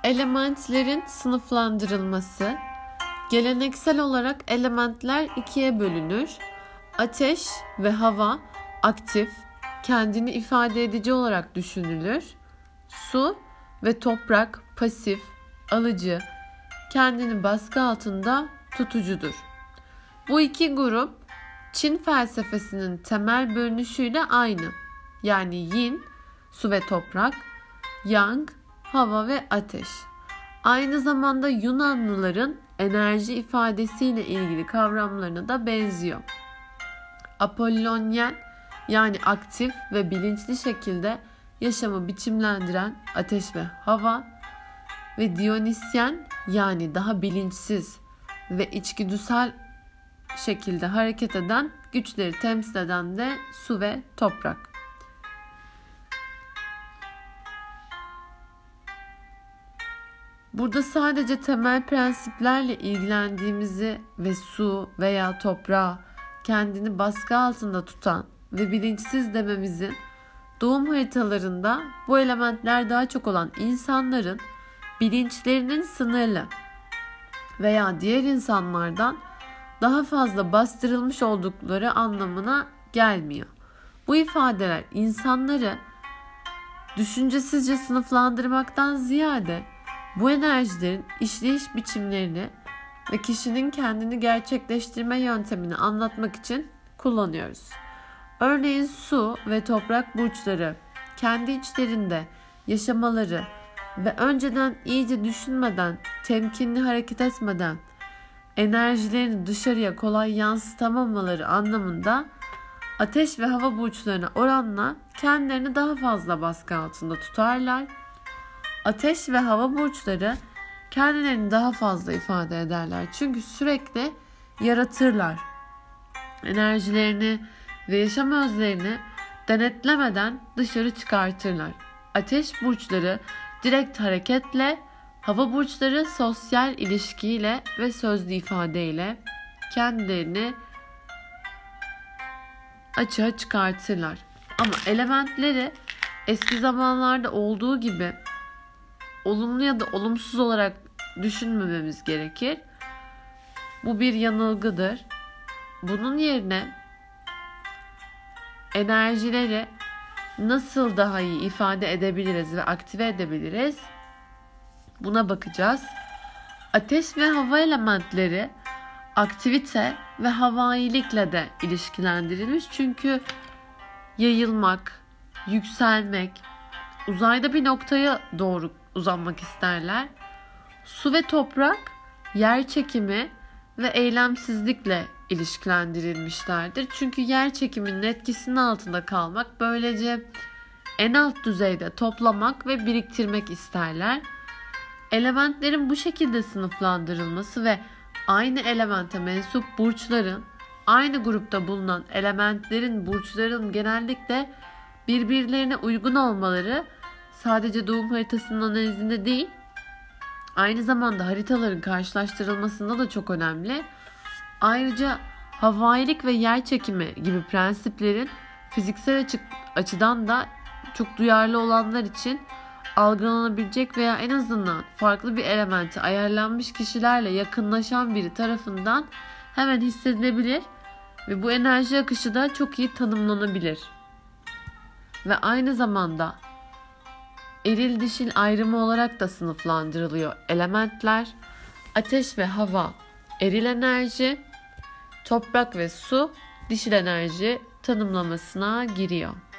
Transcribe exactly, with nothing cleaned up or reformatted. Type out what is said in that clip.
Elementlerin sınıflandırılması. Geleneksel olarak elementler ikiye bölünür. Ateş ve hava aktif, kendini ifade edici olarak düşünülür. Su ve toprak pasif, alıcı, kendini baskı altında tutucudur. Bu iki grup Çin felsefesinin temel bölünüşüyle aynı. Yani yin, su ve toprak, yang, hava ve ateş. Aynı zamanda Yunanlıların enerji ifadesiyle ilgili kavramlarına da benziyor. Apollonyen yani aktif ve bilinçli şekilde yaşamı biçimlendiren ateş ve hava ve Dionysyen yani daha bilinçsiz ve içgüdüsel şekilde hareket eden, güçleri temsil eden de su ve toprak. Burada sadece temel prensiplerle ilgilendiğimizi ve su veya toprağı kendini baskı altında tutan ve bilinçsiz dememizin doğum haritalarında bu elementler daha çok olan insanların bilinçlerinin sınırlı veya diğer insanlardan daha fazla bastırılmış oldukları anlamına gelmiyor. Bu ifadeler insanları düşüncesizce sınıflandırmaktan ziyade bu enerjilerin işleyiş biçimlerini ve kişinin kendini gerçekleştirme yöntemini anlatmak için kullanıyoruz. Örneğin su ve toprak burçları kendi içlerinde yaşamaları ve önceden iyice düşünmeden, temkinli hareket etmeden enerjilerini dışarıya kolay yansıtamamaları anlamında ateş ve hava burçlarına oranla kendilerini daha fazla baskı altında tutarlar. Ateş ve hava burçları kendilerini daha fazla ifade ederler. Çünkü sürekli yaratırlar. Enerjilerini ve yaşam özlerini denetlemeden dışarı çıkartırlar. Ateş burçları direkt hareketle, hava burçları sosyal ilişkiyle ve sözlü ifadeyle kendilerini açığa çıkartırlar. Ama elementleri eski zamanlarda olduğu gibi olumlu ya da olumsuz olarak düşünmememiz gerekir. Bu bir yanılgıdır. Bunun yerine enerjileri nasıl daha iyi ifade edebiliriz ve aktive edebiliriz? Buna bakacağız. Ateş ve hava elementleri aktivite ve havailikle de ilişkilendirilmiş. Çünkü yayılmak, yükselmek, uzayda bir noktaya doğru uzanmak isterler. Su ve toprak yer çekimi ve eylemsizlikle ilişkilendirilmişlerdir. Çünkü yer çekiminin etkisinin altında kalmak, böylece en alt düzeyde toplamak ve biriktirmek isterler. Elementlerin bu şekilde sınıflandırılması ve aynı elemente mensup burçların, aynı grupta bulunan elementlerin burçların genellikle birbirlerine uygun olmaları sadece doğum haritasının analizinde değil, aynı zamanda haritaların karşılaştırılmasında da çok önemli. Ayrıca havailik ve yer çekimi gibi prensiplerin fiziksel açı, açıdan da çok duyarlı olanlar için algılanabilecek veya en azından farklı bir elemente ayarlanmış kişilerle yakınlaşan biri tarafından hemen hissedilebilir ve bu enerji akışı da çok iyi tanımlanabilir. Ve aynı zamanda eril dişil ayrımı olarak da sınıflandırılıyor elementler. Ateş ve hava eril enerji, toprak ve su dişil enerji tanımlamasına giriyor.